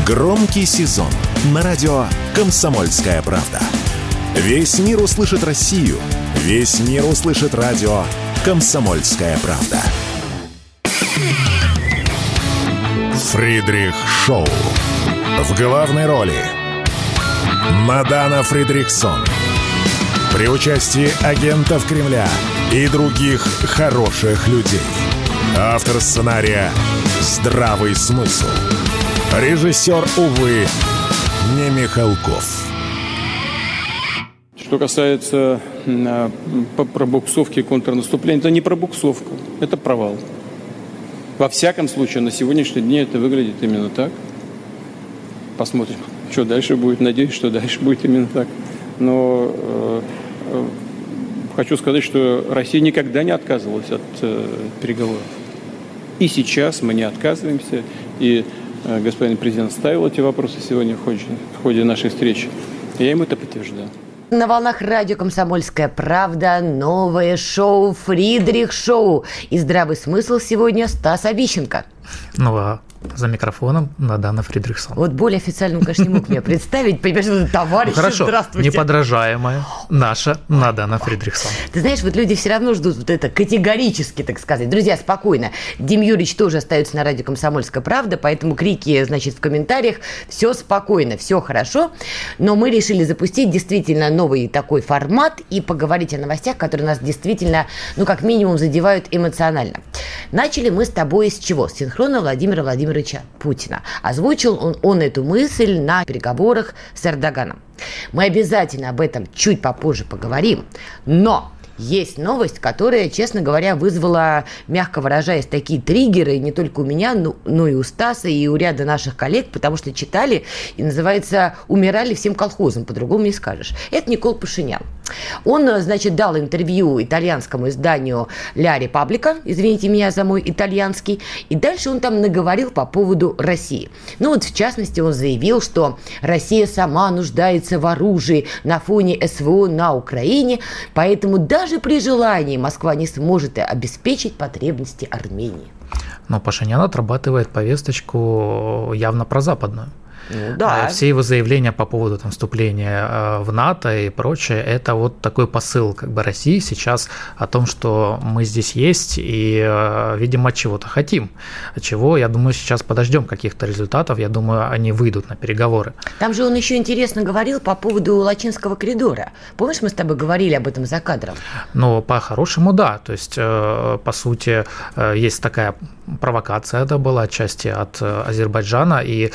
Громкий сезон на радио «Комсомольская правда». Весь мир услышит Россию. Весь мир услышит радио «Комсомольская правда». Фридрих Шоу. В главной роли Мадана Фридрихсон. При участии агентов Кремля и других хороших людей. Автор сценария «Здравый смысл». Режиссер, увы, не Михалков. Что касается пробуксовки контрнаступления, это не пробуксовка, это провал. Во всяком случае, на сегодняшний день это выглядит именно так. Посмотрим, что дальше будет. Надеюсь, что дальше будет именно так. Но хочу сказать, что Россия никогда не отказывалась от переговоров. И сейчас мы не отказываемся. И господин президент ставил эти вопросы сегодня в ходе нашей встречи. Я ему это подтверждаю. На волнах радио «Комсомольская правда» новое шоу «Фридрих Шоу». И здравый смысл сегодня Стас Обищенко. Ну а за микрофоном Мадана Фридрихсон. Вот более официально он, конечно, не мог меня представить. Понимаешь, товарищи, хорошо, здравствуйте. Неподражаемая наша Мадана Фридрихсон. Ты знаешь, вот люди все равно ждут вот это категорически, так сказать. Друзья, спокойно. Дим Юрьевич тоже остается на радио «Комсомольская правда», поэтому крики, значит, в комментариях. Все спокойно, все хорошо. Но мы решили запустить действительно новый такой формат и поговорить о новостях, которые нас действительно, ну, как минимум, задевают эмоционально. Начали мы с тобой с чего? С синхрона Владимира Владимировича Путина. Озвучил он эту мысль на переговорах с Эрдоганом. Мы обязательно об этом чуть попозже поговорим, но есть новость, которая, честно говоря, вызвала, мягко выражаясь, такие триггеры не только у меня, но и у Стаса, и у ряда наших коллег, потому что читали, и называется «Умирали всем колхозам», по-другому не скажешь. Это Никол Пашинян. Он, значит, дал интервью итальянскому изданию «Ля Репаблика», извините меня за мой итальянский, и дальше он там наговорил по поводу России. Ну вот, в частности, он заявил, что Россия сама нуждается в оружии на фоне СВО на Украине, поэтому даже при желании Москва не сможет обеспечить потребности Армении. Но Пашинян отрабатывает повесточку явно прозападную. Ну, да. Все его заявления по поводу там, вступления в НАТО и прочее, это вот такой посыл как бы России сейчас о том, что мы здесь есть и, видимо, чего-то хотим. От чего, я думаю, сейчас подождем каких-то результатов, я думаю, они выйдут на переговоры. Там же он еще интересно говорил по поводу Лачинского коридора. Помнишь, мы с тобой говорили об этом за кадром? Ну, по-хорошему, да. То есть, по сути, есть такая провокация, это была отчасти от Азербайджана, и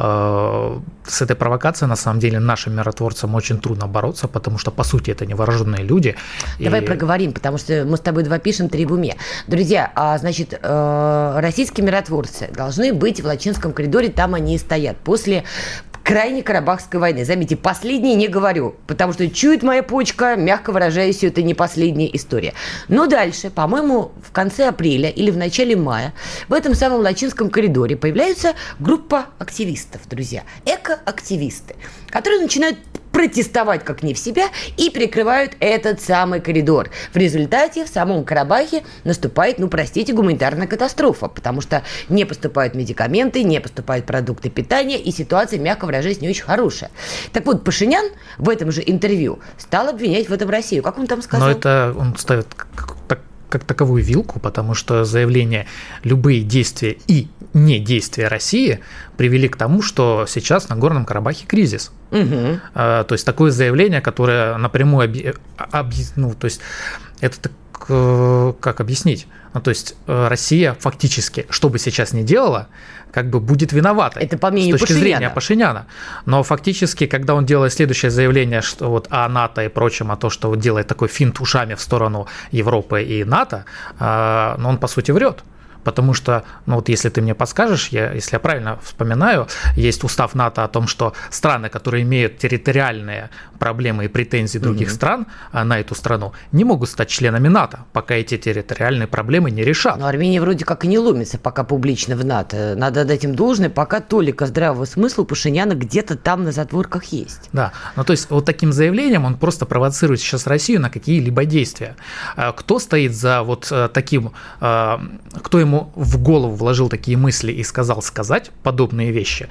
с этой провокацией, на самом деле, нашим миротворцам очень трудно бороться, потому что, по сути, это невооруженные люди. Давай проговорим, потому что мы с тобой два пишем, три в уме. Друзья, значит, российские миротворцы должны быть в Лачинском коридоре, там они и стоят. После крайней Карабахской войны. Заметьте, последней не говорю, потому что чует моя почка, мягко выражаясь, это не последняя история. Но дальше, по-моему, в конце апреля или в начале мая в этом самом Лачинском коридоре появляется группа активистов, друзья, экоактивисты, которые начинают протестовать как не в себя и перекрывают этот самый коридор. В результате в самом Карабахе наступает, ну, простите, гуманитарная катастрофа, потому что не поступают медикаменты, не поступают продукты питания, и ситуация, мягко выражаясь, не очень хорошая. Так вот, Пашинян в этом же интервью стал обвинять в этом Россию. Как он там сказал? Но это он ставит как таковую вилку, потому что заявление «любые действия и недействия России» привели к тому, что сейчас на Горном Карабахе кризис. Угу. То есть такое заявление, которое напрямую то есть это как объяснить? Ну, то есть Россия фактически, что бы сейчас ни делала, как бы будет виновата. Это по мнению с точки зрения Пашиняна. Но фактически, когда он делает следующее заявление, что вот о НАТО и прочем, о том, что вот делает такой финт ушами в сторону Европы и НАТО, но он по сути врет. Потому что, ну вот если ты мне подскажешь, если я правильно вспоминаю, есть устав НАТО о том, что страны, которые имеют территориальные проблемы и претензии других стран на эту страну, не могут стать членами НАТО, пока эти территориальные проблемы не решат. Но Армения вроде как и не ломится пока публично в НАТО. Надо дать им должное, пока толика здравого смысла у Пашиняна где-то там на затворках есть. Да, ну то есть вот таким заявлением он просто провоцирует сейчас Россию на какие-либо действия. Кто стоит за вот таким, кто ему ему в голову вложил такие мысли и сказал сказать подобные вещи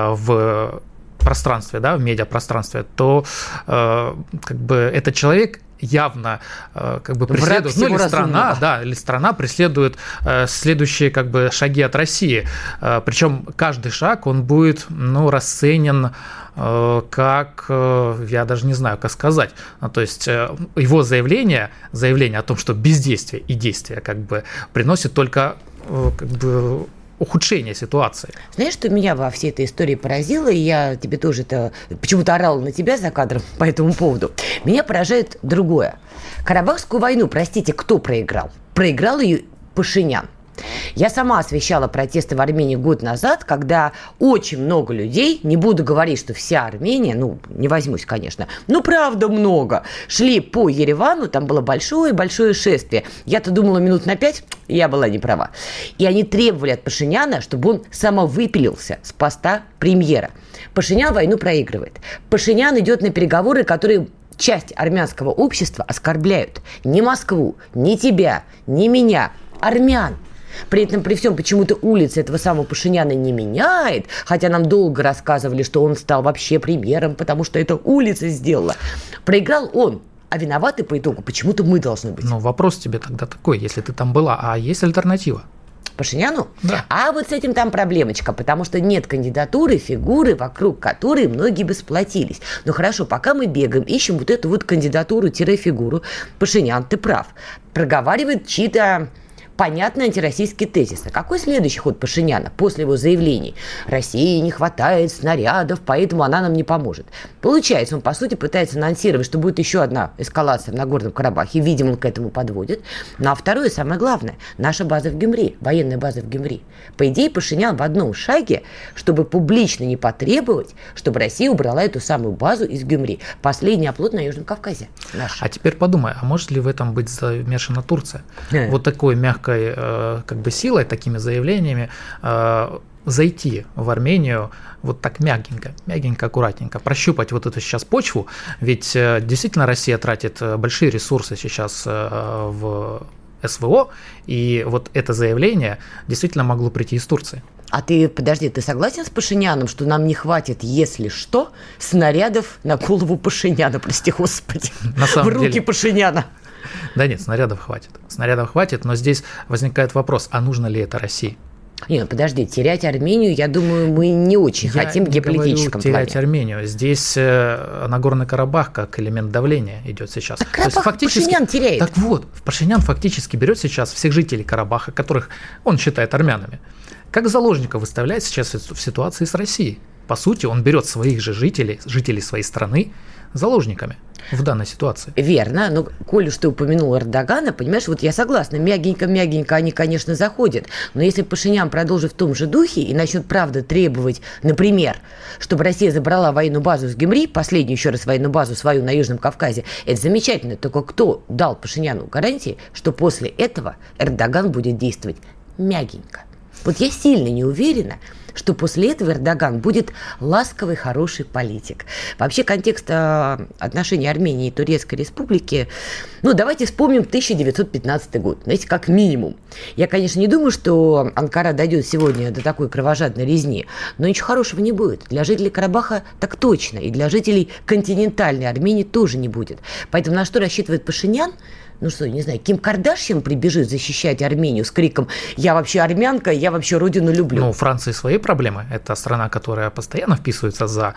в пространстве, да, в медиапространстве, то как бы этот человек явно как бы преследует, ну, или страна преследует следующие как бы шаги от России. Причем каждый шаг, он будет, ну, расценен как, я даже не знаю, как сказать. То есть его заявление о том, что бездействие и действие как бы приносит только как бы ухудшение ситуации. Знаешь, что меня во всей этой истории поразило, и я тебе тоже это почему-то орала на тебя за кадром по этому поводу. Меня поражает другое. Карабахскую войну, простите, кто проиграл? Проиграл ее Пашинян. Я сама освещала протесты в Армении год назад, когда очень много людей, не буду говорить, что вся Армения, ну, не возьмусь, конечно, но правда много, шли по Еревану, там было большое-большое шествие. Я-то думала минут на 5, я была не права. И они требовали от Пашиняна, чтобы он самовыпилился с поста премьера. Пашинян войну проигрывает. Пашинян идет на переговоры, которые часть армянского общества оскорбляют. Ни Москву, ни тебя, ни меня, армян. При этом, при всем, почему-то улица этого самого Пашиняна не меняет, хотя нам долго рассказывали, что он стал вообще премьером, потому что это улица сделала. Проиграл он, а виноваты по итогу почему-то мы должны быть. Ну, вопрос тебе тогда такой, если ты там была, а есть альтернатива? Пашиняну? Да. А вот с этим там проблемочка, потому что нет кандидатуры, фигуры, вокруг которой многие бы сплотились. Ну хорошо, пока мы бегаем, ищем вот эту вот кандидатуру-фигуру, Пашинян, ты прав, проговаривает чьи-то понятные антироссийские тезисы. Какой следующий ход Пашиняна после его заявлений? России не хватает снарядов, поэтому она нам не поможет. Получается, он, по сути, пытается анонсировать, что будет еще одна эскалация в Нагорном Карабахе. Видимо, он к этому подводит. Ну, а второе, самое главное, наша база в Гюмри, военная база в Гюмри. По идее, Пашинян в одном шаге, чтобы публично не потребовать, чтобы Россия убрала эту самую базу из Гюмри. Последний оплот на Южном Кавказе. Наш. А теперь подумай, а может ли в этом быть замешана Турция? Вот такой мягкой как бы силой, такими заявлениями зайти в Армению вот так мягенько, аккуратненько, прощупать вот эту сейчас почву, ведь действительно Россия тратит большие ресурсы сейчас в СВО, и вот это заявление действительно могло прийти из Турции. А ты, подожди, ты согласен с Пашиняном, что нам не хватит, если что, снарядов на голову Пашиняна, прости господи, в руки Пашиняна? Да нет, снарядов хватит, но здесь возникает вопрос, а нужно ли это России? Не, ну подожди, терять Армению, я думаю, мы не очень хотим в геополитическом плане. Терять Армению. Здесь Нагорный Карабах как элемент давления идет сейчас. Так Карабах Пашинян теряет. Так вот, Пашинян фактически берет сейчас всех жителей Карабаха, которых он считает армянами, как заложников выставляет сейчас в ситуации с Россией. По сути, он берет своих же жителей своей страны заложниками в данной ситуации. Верно, но, коль уж ты упомянул Эрдогана, понимаешь, вот я согласна, мягенько они, конечно, заходят, но если Пашинян продолжит в том же духе и начнет, правда, требовать, например, чтобы Россия забрала военную базу с Гюмри, последнюю еще раз военную базу свою на Южном Кавказе, это замечательно, только кто дал Пашиняну гарантии, что после этого Эрдоган будет действовать мягенько? Вот я сильно не уверена, что после этого Эрдоган будет ласковый, хороший политик. Вообще контекст отношений Армении и Турецкой Республики, ну, давайте вспомним 1915 год, знаете, как минимум. Я, конечно, не думаю, что Анкара дойдет сегодня до такой кровожадной резни, но ничего хорошего не будет. Для жителей Карабаха так точно, и для жителей континентальной Армении тоже не будет. Поэтому на что рассчитывает Пашинян? Ну что, не знаю, Ким Кардашьян прибежит защищать Армению с криком «Я вообще армянка, я вообще родину люблю». Ну, у Франции свои проблемы. Это страна, которая постоянно вписывается за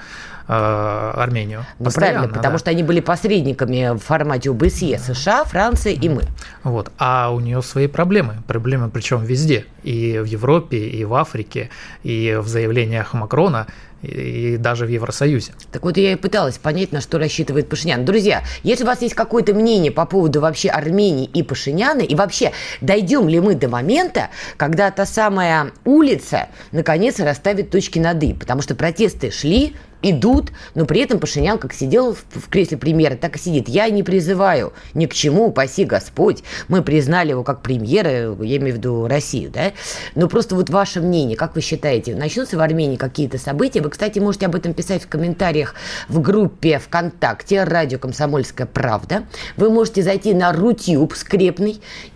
Армению. Ну, правильно, потому что они были посредниками в формате ОБСЕ. США, Франция и мы. Вот. А у нее свои проблемы. Проблемы причем везде. И в Европе, и в Африке, и в заявлениях Макрона, и даже в Евросоюзе. Так вот я и пыталась понять, на что рассчитывает Пашинян. Друзья, если у вас есть какое-то мнение по поводу вообще Армении и Пашиняна, и вообще дойдем ли мы до момента, когда та самая улица наконец расставит точки над «и», потому что протесты шли, идут, но при этом Пашинян как сидел в кресле премьера, так и сидит. Я не призываю ни к чему, упаси Господь. Мы признали его как премьера, я имею в виду Россию, да? Но просто вот ваше мнение, как вы считаете, начнутся в Армении какие-то события? Вы, кстати, можете об этом писать в комментариях в группе ВКонтакте «Радио Комсомольская правда». Вы можете зайти на Рутюб скрепный,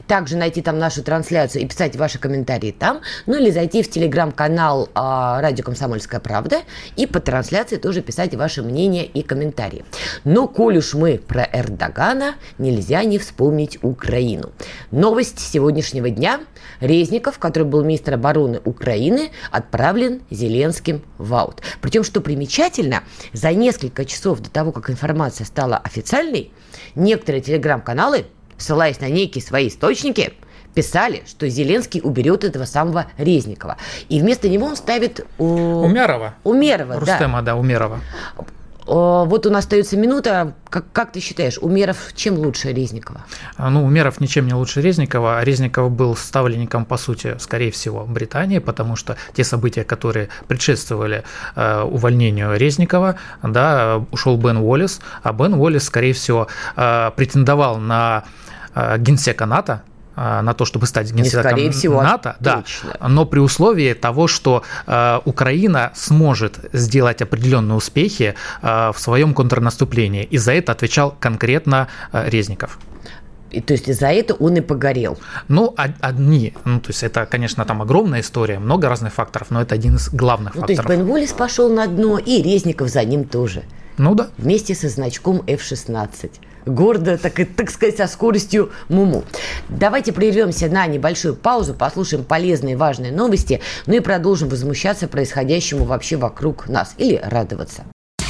также найти там нашу трансляцию и писать ваши комментарии там, ну или зайти в телеграм-канал «Радио Комсомольская правда» и по трансляции тоже писать ваши мнения и комментарии. Но коль уж мы про Эрдогана, нельзя не вспомнить Украину. Новость сегодняшнего дня. Резников, который был министр обороны Украины, отправлен Зеленским в аут. Причем, что примечательно, за несколько часов до того, как информация стала официальной, некоторые телеграм-каналы, ссылаясь на некие свои источники, писали, что Зеленский уберет этого самого Резникова. И вместо него он ставит... Умерова. Рустема, да, Умерова. Вот у нас остается минута. Как ты считаешь, Умеров чем лучше Резникова? Умеров ничем не лучше Резникова. Резников был ставленником, по сути, скорее всего, Британии, потому что те события, которые предшествовали увольнению Резникова, да, ушел Бен Уоллес, а Бен Уоллес, скорее всего, претендовал на генсека НАТО, на то, чтобы стать генсеком НАТО, да, но при условии того, что Украина сможет сделать определенные успехи в своем контрнаступлении. И за это отвечал конкретно Резников. И, то есть за это он и погорел? То есть это, конечно, там огромная история, много разных факторов, но это один из главных факторов. То есть Бен Уоллес пошел на дно, и Резников за ним тоже. Да. Вместе со значком F-16. Гордо, так сказать, со скоростью Муму. Давайте прервемся на небольшую паузу, послушаем полезные и важные новости, и продолжим возмущаться происходящему вообще вокруг нас или радоваться.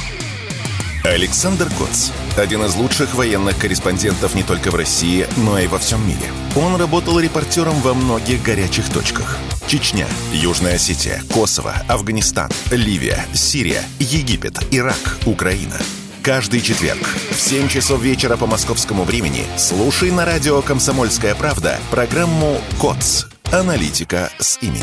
Александр Коц – один из лучших военных корреспондентов не только в России, но и во всем мире. Он работал репортером во многих горячих точках. Чечня, Южная Осетия, Косово, Афганистан, Ливия, Сирия, Египет, Ирак, Украина. Каждый четверг в 7 часов вечера по московскому времени слушай на радио «Комсомольская правда» программу «КОЦ. Аналитика с именем».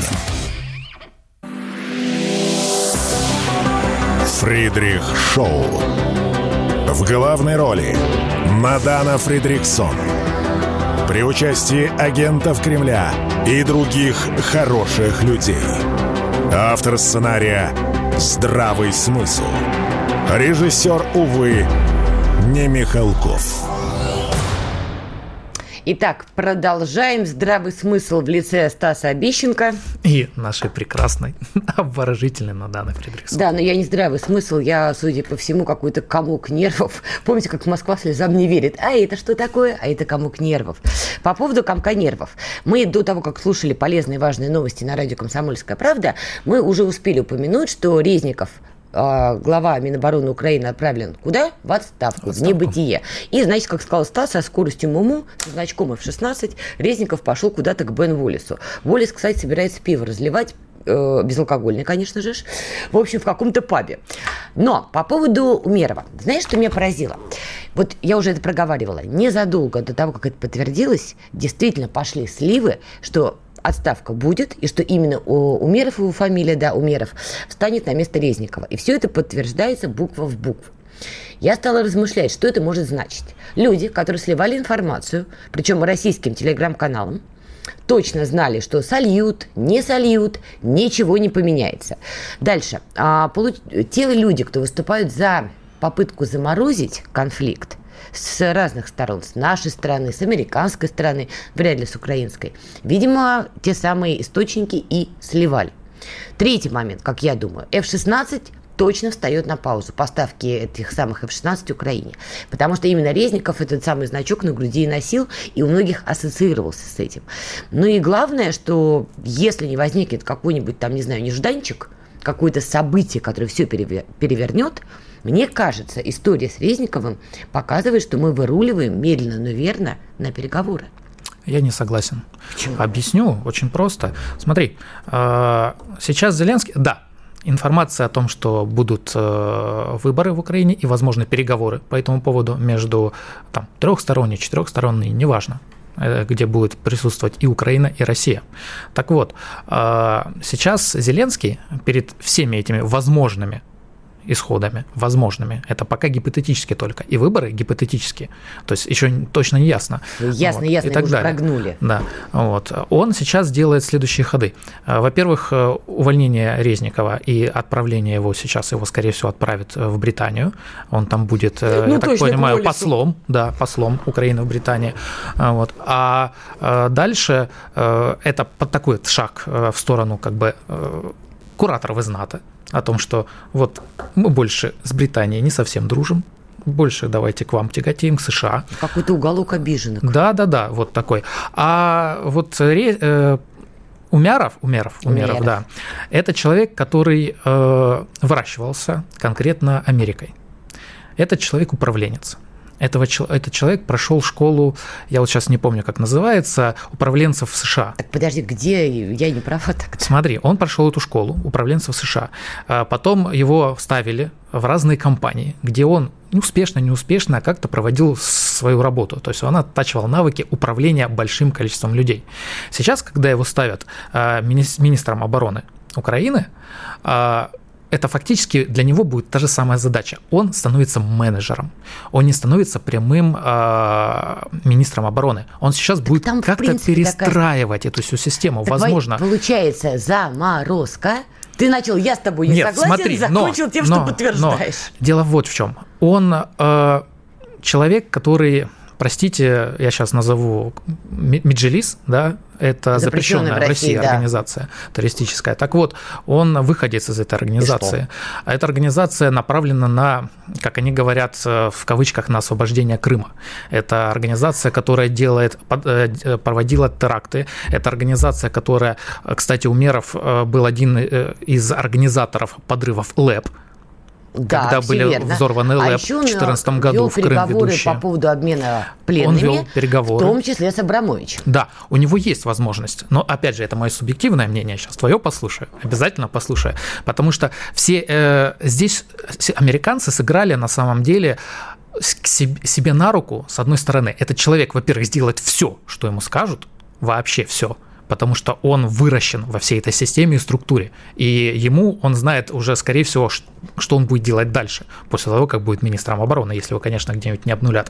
Фридрих Шоу. В главной роли Мадана Фридрихсон. При участии агентов Кремля и других хороших людей. Автор сценария «Здравый смысл». Режиссер, увы, не Михалков. Итак, продолжаем. Здравый смысл в лице Стаса Обещенко. И нашей прекрасной, обворожительной Маданы Фридрихсон. Да, но я не здравый смысл, я, судя по всему, какой-то комок нервов. Помните, как Москва слезам не верит? А это что такое? А это комок нервов. По поводу комка нервов. Мы до того, как слушали полезные и важные новости на радио «Комсомольская правда», мы уже успели упомянуть, что Резников, глава Минобороны Украины, отправлен куда? В отставку, в небытие. И, значит, как сказал Стас, со скоростью Муму, со значком F-16, Резников пошел куда-то к Бен Уоллесу. Уоллес, кстати, собирается пиво разливать, безалкогольное, конечно же, в общем, в каком-то пабе. Но по поводу Умерова. Знаешь, что меня поразило? Вот я уже это проговаривала. Незадолго до того, как это подтвердилось, действительно пошли сливы, что отставка будет, и что именно Умеров, его фамилия, да, Умеров, встанет на место Резникова. И все это подтверждается буква в букву. Я стала размышлять, что это может значить. Люди, которые сливали информацию, причем российским телеграм-каналам, точно знали, что сольют, не сольют, ничего не поменяется. Дальше. Те люди, кто выступают за попытку заморозить конфликт, с разных сторон, с нашей стороны, с американской стороны, вряд ли с украинской. Видимо, те самые источники и сливали. Третий момент, как я думаю, F-16 точно встает на паузу поставки этих самых F-16 Украине. Потому что именно Резников этот самый значок на груди и носил, и у многих ассоциировался с этим. Ну и главное, что если не возникнет какой-нибудь там, не знаю, нежданчик, какое-то событие, которое все перевернет, мне кажется, история с Резниковым показывает, что мы выруливаем медленно, но верно на переговоры. Я не согласен. Почему? Объясню очень просто. Смотри, сейчас Зеленский... Да, информация о том, что будут выборы в Украине и, возможно, переговоры по этому поводу между трехсторонние, четырехсторонние, неважно, где будет присутствовать и Украина, и Россия. Так вот, сейчас Зеленский перед всеми этими возможными исходами возможными. Это пока гипотетически только. И выборы гипотетические. То есть еще точно не ясно. Ясно, вот, ясно, и так уже далее. прогнули. Да, вот. Он сейчас делает следующие ходы. Во-первых, увольнение Резникова и отправление его сейчас, его, скорее всего, отправят в Британию. Он там будет, я так понимаю, послом Украины в Британии. Вот. А дальше это такой шаг в сторону как бы кураторов из НАТО о том, что вот мы больше с Британией не совсем дружим, больше давайте к вам тяготеем, к США. Какой-то уголок обиженных. Да, вот такой. А вот Умеров, да, это человек, который выращивался конкретно Америкой. Это человек-управленец. Этот человек прошел школу, я вот сейчас не помню, как называется, управленцев в США. Так подожди, где я не права так? Смотри, он прошел эту школу управленцев в США. Потом его вставили в разные компании, где он неуспешно как-то проводил свою работу. То есть он оттачивал навыки управления большим количеством людей. Сейчас, когда его ставят министром обороны Украины, это фактически для него будет та же самая задача. Он становится менеджером. Он не становится прямым министром обороны. Он сейчас так будет как-то перестраивать эту всю систему. Так возможно. Получается, заморозка. Ты начал, я с тобой не согласен, смотри, закончил тем, что подтверждаешь. Дело вот в чем. Он человек, который... Простите, я сейчас назову Меджлис, да, это запрещенная в России организация террористическая. Так вот, он выходец из этой организации. А эта организация направлена на, как они говорят в кавычках, на освобождение Крыма. Это организация, которая проводила теракты. Это организация, которая, кстати, Умеров был один из организаторов подрывов ЛЭП. Когда были взорваны ЛЭП в 2014 году в Крым ведущие. По поводу обмена пленными, он вел переговоры. В том числе с Абрамовичем. Да, у него есть возможность. Но, опять же, это мое субъективное мнение. Сейчас твое послушаю. Обязательно послушаю. Потому что здесь американцы сыграли на самом деле себе на руку, с одной стороны. Этот человек, во-первых, сделает все, что ему скажут, вообще все. Потому что он выращен во всей этой системе и структуре. И он знает уже, скорее всего, что он будет делать дальше, после того, как будет министром обороны, если его, конечно, где-нибудь не обнулят.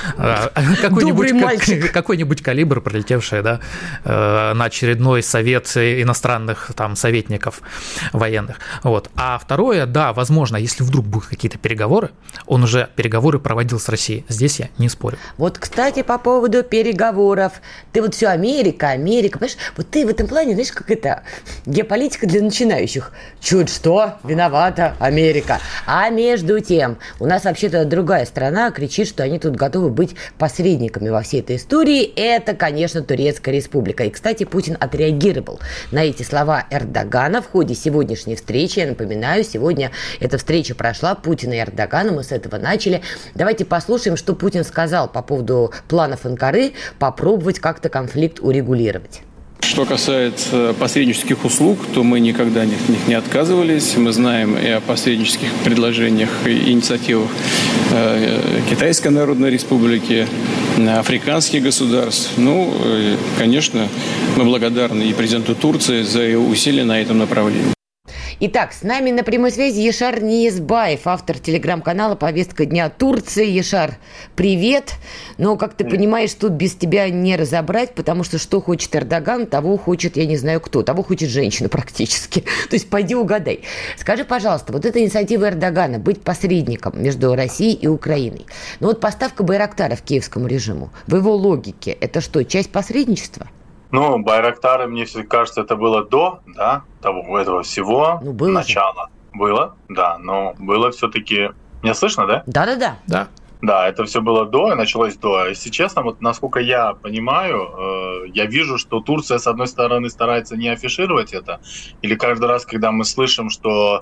Какой-нибудь калибр, прилетевший, да, на очередной совет иностранных там советников военных. Вот. А второе, да, возможно, если вдруг будут какие-то переговоры, он уже переговоры проводил с Россией. Здесь я не спорю. Вот, кстати, по поводу переговоров. Ты вот все Америка, понимаешь? Вот ты в этом плане, знаешь, как это геополитика для начинающих. Чуть что, виновата Америка. А между тем, у нас вообще-то другая страна кричит, что они тут готовы быть посредниками во всей этой истории. Это, конечно, Турецкая республика. И, кстати, Путин отреагировал на эти слова Эрдогана в ходе сегодняшней встречи. Я напоминаю, сегодня эта встреча прошла Путина и Эрдогана. Мы с этого начали. Давайте послушаем, что Путин сказал по поводу планов Анкары попробовать как-то конфликт урегулировать. Что касается посреднических услуг, то мы никогда от них не отказывались. Мы знаем и о посреднических предложениях и инициативах Китайской Народной Республики, африканских государств. Конечно, мы благодарны и президенту Турции за его усилия на этом направлении. Итак, с нами на прямой связи Яшар Ниязбаев, автор телеграм-канала «Повестка дня Турции». Яшар, привет. Но, как ты понимаешь, тут без тебя не разобрать, потому что хочет Эрдоган, того хочет, я не знаю кто, того хочет женщина практически. То есть пойди угадай. Скажи, пожалуйста, вот эта инициатива Эрдогана быть посредником между Россией и Украиной. Поставка байрактаров киевскому режиму, в его логике, это что, часть посредничества? Байрактары, мне кажется, это было до, этого всего, было начала. Было, да, но было все-таки... Меня слышно, да? Да. Да, это все было до, и началось до. Если честно, насколько я понимаю, я вижу, что Турция, с одной стороны, старается не афишировать это, или каждый раз, когда мы слышим, что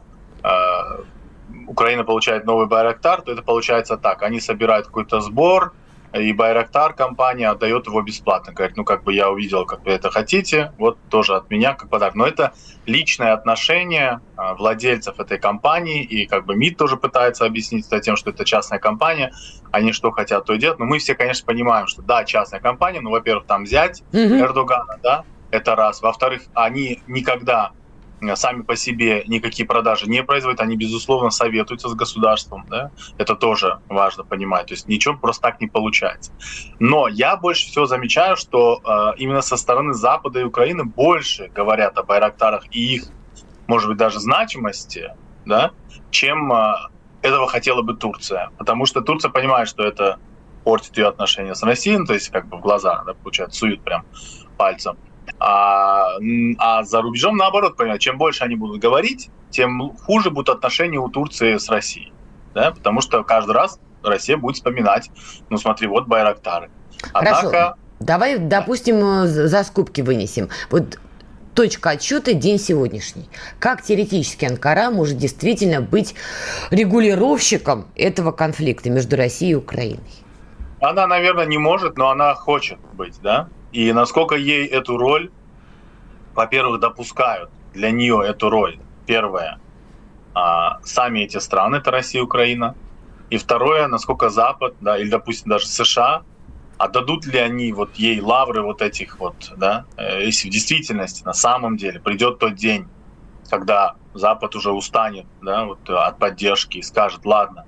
Украина получает новый байрактар, то это получается так, они собирают какой-то сбор, и Байрактар компания отдает его бесплатно. Говорит, я увидел, как вы это хотите, вот тоже от меня как подарок. Но это личное отношение владельцев этой компании, и МИД тоже пытается объяснить это тем, что это частная компания, они что хотят, то и делают. Но мы все, конечно, понимаем, что да, частная компания, во-первых, там зять Эрдогана, да, это раз. Во-вторых, они никогда сами по себе никакие продажи не производят, они, безусловно, советуются с государством, да? Это тоже важно понимать, то есть ничего просто так не получается. Но я больше всего замечаю, что именно со стороны Запада и Украины больше говорят о Байрактарах и их, может быть, даже значимости, да, чем этого хотела бы Турция. Потому что Турция понимает, что это портит ее отношения с Россией, то есть как бы в глаза, да, получается, суют прям пальцем. А за рубежом, наоборот, понимают, чем больше они будут говорить, тем хуже будут отношения у Турции с Россией. Да? Потому что каждый раз Россия будет вспоминать, ну смотри, вот Байрактары. Хорошо, давай, допустим, за скобки вынесем. Вот точка отсчета – день сегодняшний. Как теоретически Анкара может действительно быть регулировщиком этого конфликта между Россией и Украиной? Она, наверное, не может, но она хочет быть, да? И насколько ей эту роль, во-первых, допускают для нее эту роль, первое, сами эти страны, это Россия и Украина, и второе, насколько Запад, да, или, допустим, даже США, отдадут ли они вот ей лавры вот этих вот, да, если в действительности, на самом деле, придет тот день, когда Запад уже устанет, да, вот, от поддержки и скажет, ладно,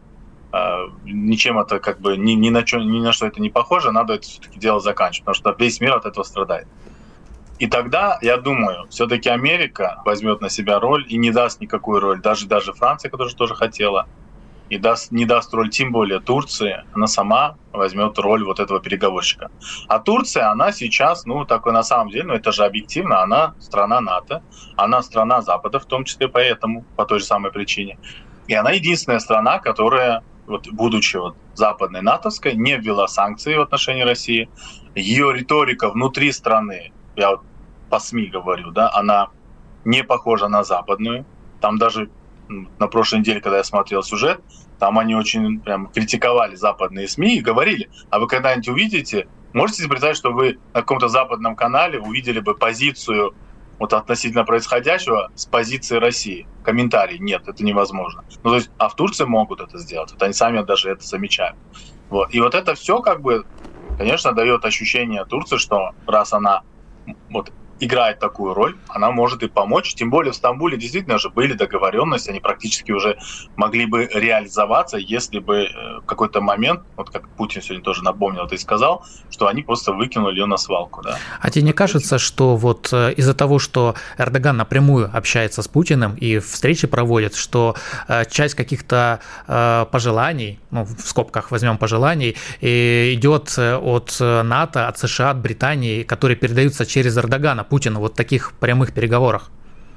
ничем это как бы ни на что это не похоже, надо это все-таки дело заканчивать, потому что весь мир от этого страдает. И тогда, я думаю, все-таки Америка возьмет на себя роль и не даст никакую роль, даже Франция, которая тоже хотела, и не даст роль, тем более Турции, она сама возьмет роль вот этого переговорщика. А Турция, она сейчас, ну, такой на самом деле, ну, это же объективно, она страна НАТО, она страна Запада, в том числе поэтому, по той же самой причине. И она единственная страна, которая, вот, будучи вот западной натовской, не ввела санкции в отношении России. Ее риторика внутри страны, я вот по СМИ говорю, да, она не похожа на западную. Там даже на прошлой неделе, когда я смотрел сюжет, там они очень прям критиковали западные СМИ и говорили, а вы когда-нибудь увидите, можете себе представить, что вы на каком-то западном канале увидели бы позицию вот относительно происходящего с позиции России? Комментарий: нет, это невозможно. Ну, то есть, а в Турции могут это сделать. Вот они сами даже это замечают. Вот. И вот это все, как бы, конечно, дает ощущение Турции, что раз она вот играет такую роль, она может и помочь. Тем более в Стамбуле действительно же были договоренности, они практически уже могли бы реализоваться, если бы в какой-то момент, вот как Путин сегодня тоже напомнил это и сказал, что они просто выкинули ее на свалку. Да. А тебе не кажется, что вот из-за того, что Эрдоган напрямую общается с Путиным и встречи проводит, что часть каких-то пожеланий, ну, в скобках возьмем пожеланий, идет от НАТО, от США, от Британии, которые передаются через Эрдогана Путину вот в таких прямых переговорах?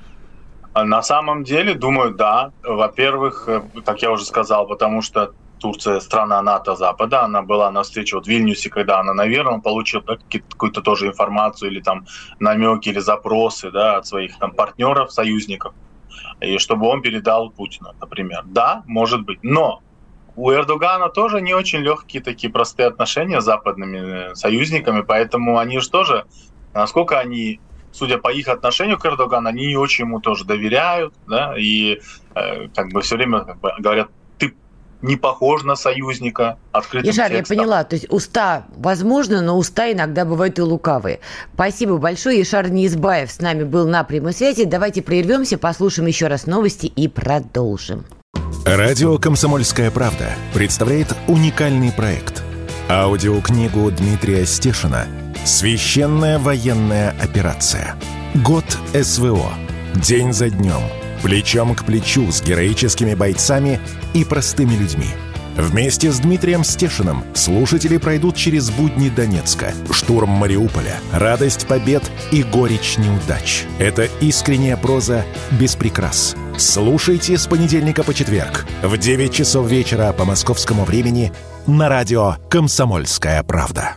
На самом деле, думаю, да. Во-первых, как я уже сказал, потому что Турция страна НАТО Запада, она была на встрече вот в Вильнюсе, когда она, наверное, получила какую-то тоже информацию или там намеки или запросы, да, от своих там партнеров, союзников, и чтобы он передал Путину, например. Да, может быть. Но у Эрдогана тоже не очень легкие такие простые отношения с западными союзниками, поэтому они же тоже, насколько они, судя по их отношению к Эрдогану, они не очень ему тоже доверяют, да, и как бы все время как бы говорят, ты не похож на союзника, открытым Яшар, текстом. Я поняла, то есть уста возможно, но уста иногда бывают и лукавые. Спасибо большое. Яшар Неизбаев с нами был на прямой связи. Давайте прервемся, послушаем еще раз новости и продолжим. Радио «Комсомольская правда» представляет уникальный проект. Аудиокнигу Дмитрия Стешина «Священная военная операция. Год СВО. День за днем. Плечом к плечу с героическими бойцами и простыми людьми». Вместе с Дмитрием Стешиным слушатели пройдут через будни Донецка, штурм Мариуполя, радость побед и горечь неудач. Это искренняя проза без прикрас. Слушайте с понедельника по четверг в 9 часов вечера по московскому времени на радио «Комсомольская правда».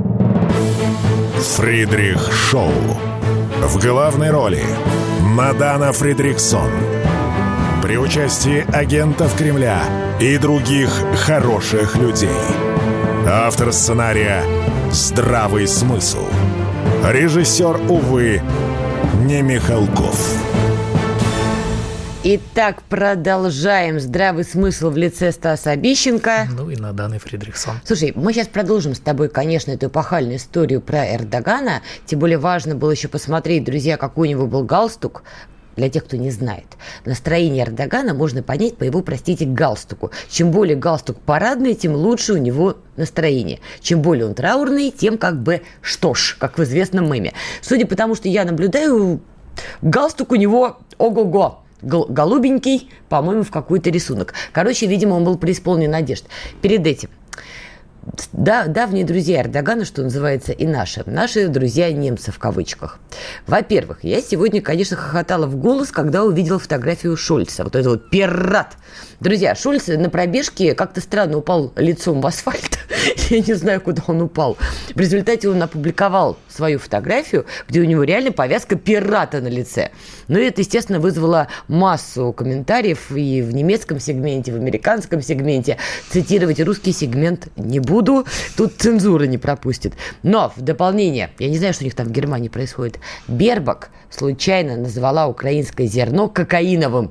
Фридрих Шоу. В главной роли Мадана Фридрихсон. При участии агентов Кремля и других хороших людей. Автор сценария «Здравый смысл». Режиссер, увы, не Михалков. Итак, продолжаем. Здравый смысл в лице Стаса Обещенко. Ну и Наданы Фридрихсон. Слушай, мы сейчас продолжим с тобой, конечно, эту эпохальную историю про Эрдогана. Тем более важно было еще посмотреть, друзья, какой у него был галстук. для тех, кто не знает, настроение Эрдогана можно понять по его, простите, галстуку. Чем более галстук парадный, тем лучше у него настроение. Чем более он траурный, тем как бы что ж, как в известном меме. Судя по тому, что я наблюдаю, галстук у него ого-го. Голубенький, по-моему, в какой-то рисунок. Короче, видимо, он был преисполнен надежд. Перед этим. Давние друзья Эрдогана, что называется, и наши друзья немцы в кавычках. Во-первых, я сегодня, конечно, хохотала в голос, когда увидела фотографию Шольца. Вот это вот пират. Друзья, Шольц на пробежке как-то странно упал лицом в асфальт. Я не знаю, куда он упал. В результате он опубликовал свою фотографию, где у него реально повязка пирата на лице. Но это, естественно, вызвало массу комментариев и в немецком сегменте, в американском сегменте. Цитировать русский сегмент не буду, тут цензура не пропустит. Но в дополнение, я не знаю, что у них там в Германии происходит, Бербак случайно назвала украинское зерно кокаиновым.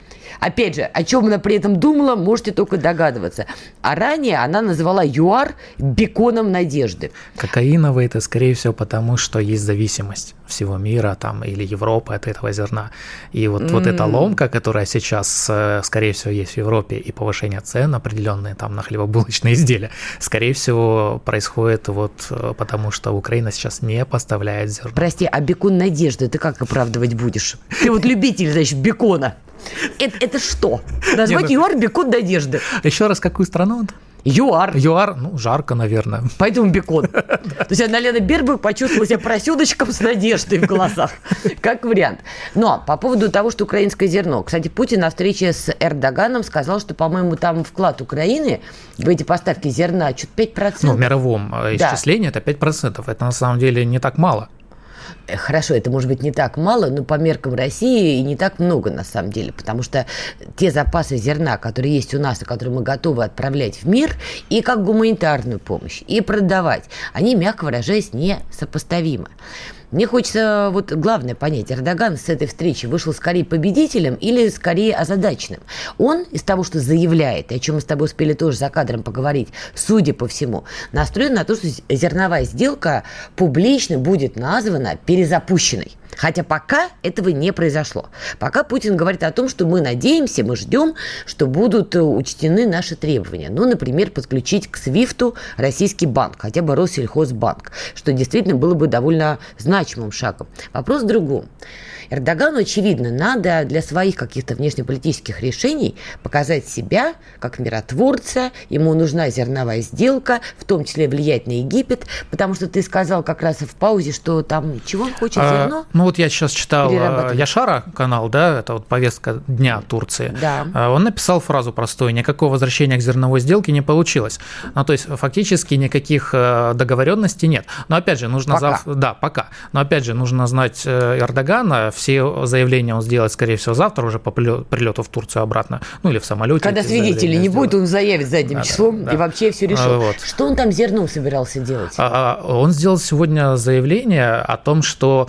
Опять же, о чем она при этом думала, можете только догадываться. А ранее она назвала ЮАР беконом надежды. Кокаиновый – это, скорее всего, потому что есть зависимость всего мира там, или Европы от этого зерна. И вот эта ломка, которая сейчас, скорее всего, есть в Европе, и повышение цен определенные там на хлебобулочные изделия, скорее всего, происходит потому, что Украина сейчас не поставляет зерно. Прости, а бекон надежды ты как оправдывать будешь? Ты вот любитель, значит, бекона. Это что? Назвать ЮАР бекон надежды. Еще раз, какую страну? ЮАР. ЮАР, жарко, наверное. Поэтому бекон. То есть Анна-Лена Бербак почувствовала себя поросеночком с надеждой в глазах. Как вариант. Но по поводу того, что украинское зерно. Кстати, Путин на встрече с Эрдоганом сказал, что, по-моему, там вклад Украины в эти поставки зерна что-то 5%. В мировом исчислении это 5%. Это на самом деле не так мало. Хорошо, это может быть не так мало, но по меркам России и не так много на самом деле, потому что те запасы зерна, которые есть у нас и которые мы готовы отправлять в мир, и как гуманитарную помощь, и продавать, они, мягко выражаясь, несопоставимы. Мне хочется главное понять, Эрдоган с этой встречи вышел скорее победителем или скорее озадаченным? Он из того, что заявляет, и о чем мы с тобой успели тоже за кадром поговорить, судя по всему, настроен на то, что зерновая сделка публично будет названа перезапущенной. Хотя пока этого не произошло. Пока Путин говорит о том, что мы надеемся, мы ждем, что будут учтены наши требования. Ну, например, подключить к СВИФТу российский банк, хотя бы Россельхозбанк, что действительно было бы довольно значимым шагом. Вопрос в другом. Эрдогану, очевидно, надо для своих каких-то внешнеполитических решений показать себя как миротворца. Ему нужна зерновая сделка, в том числе влиять на Египет, потому что ты сказал как раз в паузе, что там чего он хочет, зерно? Я сейчас читал Яшара канал, это повестка дня Турции. Да. Он написал фразу простую: никакого возвращения к зерновой сделке не получилось. То есть фактически никаких договоренностей нет. Но опять же, нужно пока. Но опять же, нужно знать Эрдогана. Все заявления он сделает, скорее всего, завтра уже по прилету в Турцию обратно, или в самолете. Когда свидетелей не будет, он заявит задним числом, и вообще все решил. Что он там зерном собирался делать? Он сделал сегодня заявление о том, что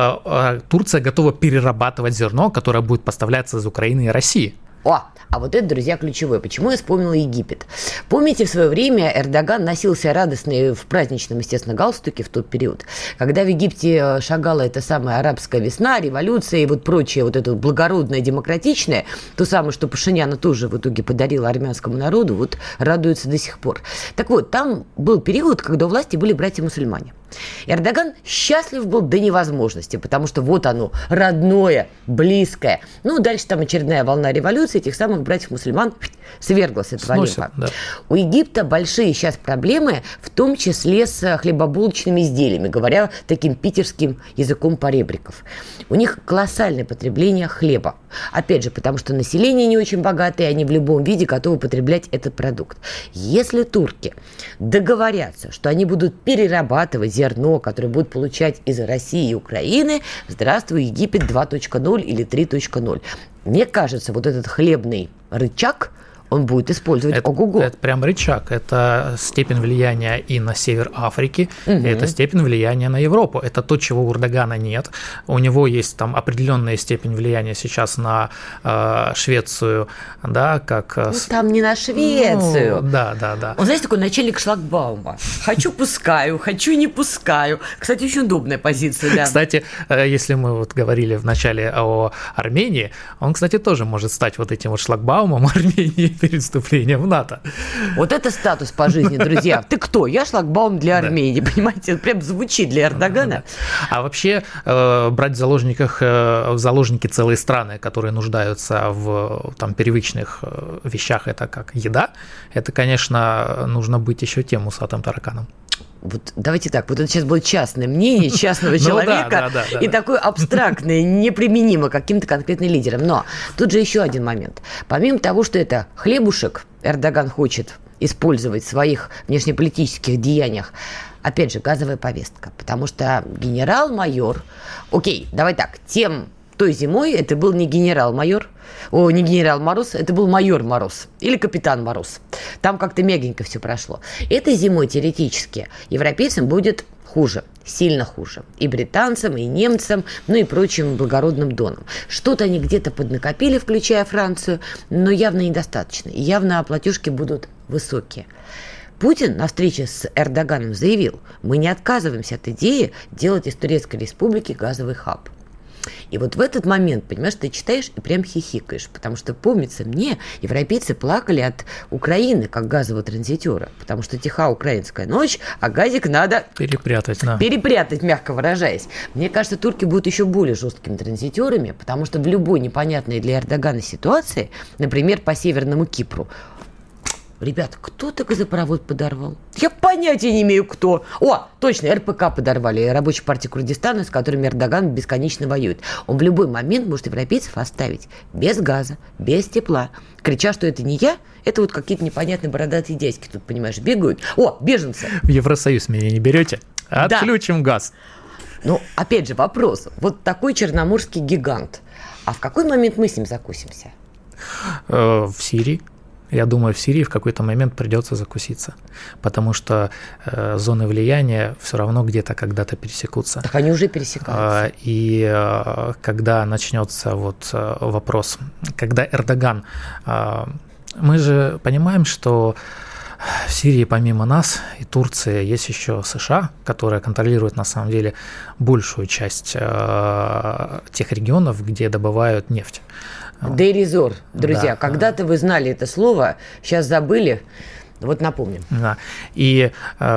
Турция готова перерабатывать зерно, которое будет поставляться из Украины и России. А вот это, друзья, ключевое. Почему я вспомнила Египет? Помните, в свое время Эрдоган носился радостный в праздничном, естественно, галстуке в тот период, когда в Египте шагала эта самая арабская весна, революция и прочее, это благородное, демократичное, то самое, что Пашиняна тоже в итоге подарила армянскому народу, радуется до сих пор. Так вот, там был период, когда у власти были братья-мусульмане. Эрдоган счастлив был до невозможности, потому что оно, родное, близкое. Дальше там очередная волна революции, этих самых братьев-мусульман сверглась с этого Олимпа. Да. У Египта большие сейчас проблемы, в том числе с хлебобулочными изделиями, говоря таким питерским языком поребриков. У них колоссальное потребление хлеба. Опять же, потому что население не очень богатое, они в любом виде готовы потреблять этот продукт. Если турки договорятся, что они будут перерабатывать зерно, которое будут получать из России и Украины, здравствуй, Египет 2.0 или 3.0. Мне кажется, этот хлебный рычаг, он будет использовать ого-го. Это прям рычаг. Это степень влияния и на север Африки, это степень влияния на Европу. Это то, чего у Эрдогана нет. У него есть там определенная степень влияния сейчас на Швецию, да, как... там не на Швецию. Да. Он, знаете, такой начальник шлагбаума. Хочу – пускаю, хочу – не пускаю. Кстати, очень удобная позиция, да. Кстати, если мы вот говорили в начале о Армении, он, кстати, тоже может стать вот этим вот шлагбаумом Армении перед вступлением в НАТО. Вот это статус по жизни, друзья. Ты кто? Я шлагбаум для Армении, понимаете? Это прям звучит для Эрдогана. А вообще брать в заложники целые страны, которые нуждаются в там первичных вещах, это как еда, это, конечно, нужно быть еще тем усатым тараканом. Вот давайте так, вот это сейчас будет частное мнение частного человека и такое абстрактное, неприменимо к каким-то конкретным лидерам. Но тут же еще один момент. Помимо того, что это хлебушек Эрдоган хочет использовать в своих внешнеполитических деяниях, опять же, газовая повестка. Потому что генерал-майор... Окей, давай так, той зимой это был не генерал-майор, не генерал Мороз, это был майор Мороз или капитан Мороз. Там как-то мягенько все прошло. Этой зимой теоретически европейцам будет хуже, сильно хуже. И британцам, и немцам, ну и прочим благородным донам. Что-то они где-то поднакопили, включая Францию, но явно недостаточно. И явно платежки будут высокие. Путин на встрече с Эрдоганом заявил: мы не отказываемся от идеи делать из Турецкой республики газовый хаб. И вот в этот момент, понимаешь, ты читаешь и прям хихикаешь, потому что, помнится мне, европейцы плакали от Украины как газового транзитера, потому что тиха украинская ночь, а газик надо перепрятать, мягко выражаясь. Мне кажется, турки будут еще более жесткими транзитерами, потому что в любой непонятной для Эрдогана ситуации, например, по Северному Кипру, ребята, кто так газопровод подорвал? Я понятия не имею, кто. О, точно, РПК подорвали, Рабочая партия Курдистана, с которыми Эрдоган бесконечно воюет. Он в любой момент может европейцев оставить без газа, без тепла, крича, что это не я, это вот какие-то непонятные бородатые дядьки тут, понимаешь, бегают. О, беженцы. В Евросоюз меня не берете? Отключим газ. Ну, опять же, вопрос. Вот такой черноморский гигант. А в какой момент мы с ним закусимся? В Сирии. Я думаю, в Сирии в какой-то момент придется закуситься, потому что зоны влияния все равно где-то когда-то пересекутся. Так они уже пересекаются. И когда начнется вот вопрос, когда Эрдоган... Мы же понимаем, что в Сирии помимо нас и Турции есть еще США, которая контролирует на самом деле большую часть тех регионов, где добывают нефть. Дейризор, друзья, когда-то вы знали это слово, сейчас забыли, вот напомним. Да. И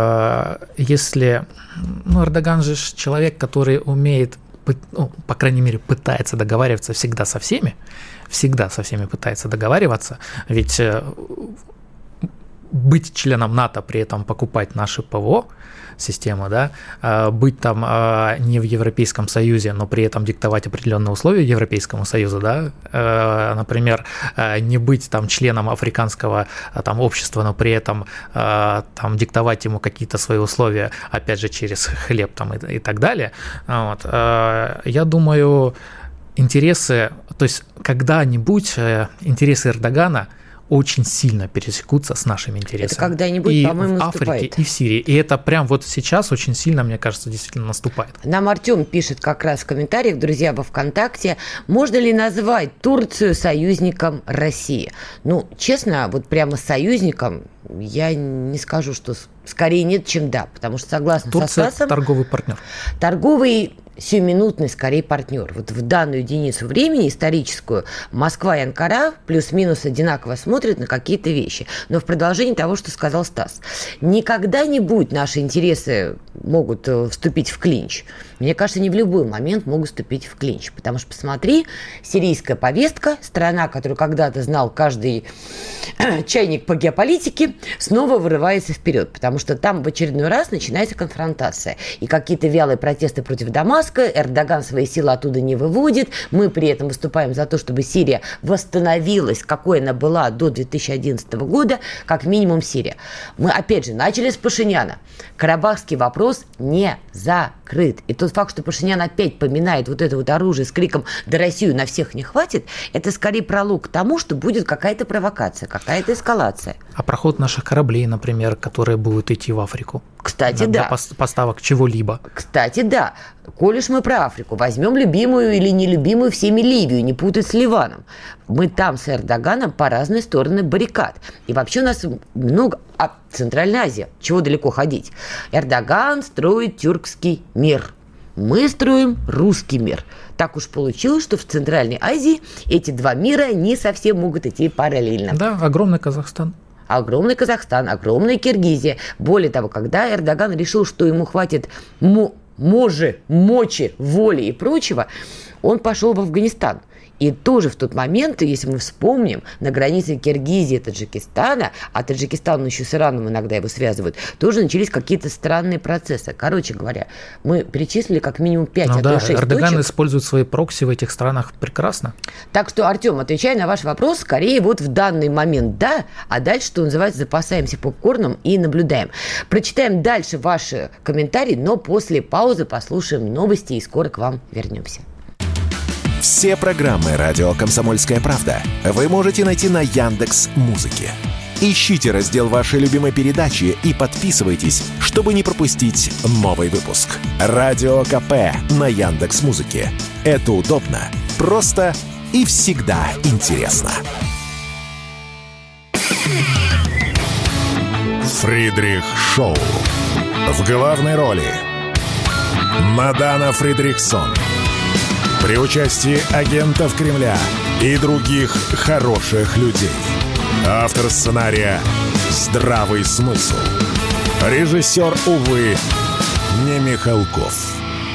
если, Эрдоган же человек, который умеет, по крайней мере, пытается договариваться всегда со всеми пытается договариваться, ведь быть членом НАТО, при этом покупать наши ПВО, систему, да, быть там не в Европейском Союзе, но при этом диктовать определенные условия Европейскому Союзу, да, например, не быть там членом африканского там общества, но при этом там диктовать ему какие-то свои условия, опять же, через хлеб там и так далее. Вот. Я думаю, интересы, то есть когда-нибудь интересы Эрдогана очень сильно пересекутся с нашими интересами. Это когда-нибудь, и по-моему, в Африке, наступает. и в Сирии. И это прям вот сейчас очень сильно, мне кажется, действительно наступает. Нам Артем пишет как раз в комментариях, друзья, во ВКонтакте, можно ли назвать Турцию союзником России? Ну, честно, вот прямо союзником я не скажу, что скорее нет, чем да, потому что согласно Турция со Стасом... торговый партнер. Торговый сиюминутный, скорее, партнер. Вот в данную единицу времени историческую Москва и Анкара плюс-минус одинаково смотрят на какие-то вещи. Но в продолжении того, что сказал Стас. Не когда-нибудь наши интересы могут вступить в клинч. Мне кажется, не в любой момент могут вступить в клинч. Потому что, посмотри, сирийская повестка, страна, которую когда-то знал каждый чайник по геополитике, снова вырывается вперед. Потому что там в очередной раз начинается конфронтация. И какие-то вялые протесты против Дамаска, Дамаска, Эрдоган свои силы оттуда не выводит, мы при этом выступаем за то, чтобы Сирия восстановилась, какой она была до 2011 года, как минимум Сирия. Мы, опять же, начали с Пашиняна. Карабахский вопрос не закрыт. И тот факт, что Пашинян опять поминает вот это вот оружие с криком «Да Россию на всех не хватит», это скорее пролог к тому, что будет какая-то провокация, какая-то эскалация. А проход наших кораблей, например, которые будут идти в Африку? Кстати, для да. Поставок чего-либо. Кстати, да. Коль уж мы про Африку, возьмем любимую или нелюбимую всеми Ливию, не путать с Ливаном. Мы там с Эрдоганом по разные стороны баррикад. И вообще у нас много... А Центральная Азия, чего далеко ходить? Эрдоган строит тюркский мир. Мы строим русский мир. Так уж получилось, что в Центральной Азии эти два мира не совсем могут идти параллельно. Да, огромный Казахстан. Огромный Казахстан, огромная Киргизия. Более того, когда Эрдоган решил, что ему хватит мочи, воли и прочего, он пошел в Афганистан. И тоже в тот момент, если мы вспомним, на границе Киргизии и Таджикистана, а Таджикистан еще с Ираном иногда его связывают, тоже начались какие-то странные процессы. Короче говоря, мы перечислили как минимум 5, а то 6 Эрдоган точек. Использует свои прокси в этих странах прекрасно. Так что, Артем, отвечая на ваш вопрос, скорее вот в данный момент да, а дальше, что называется, запасаемся попкорном и наблюдаем. Прочитаем дальше ваши комментарии, но после паузы послушаем новости и скоро к вам вернемся. Все программы «Радио Комсомольская правда» вы можете найти на Яндекс.Музыке. Ищите раздел вашей любимой передачи и подписывайтесь, чтобы не пропустить новый выпуск. Радио КП на Яндекс.Музыке. Это удобно, просто и всегда интересно. Фридрих Шоу. В главной роли Мадана Фридрихсон. При участии агентов Кремля и других хороших людей. Автор сценария «Здравый смысл». Режиссер, увы, не Михалков.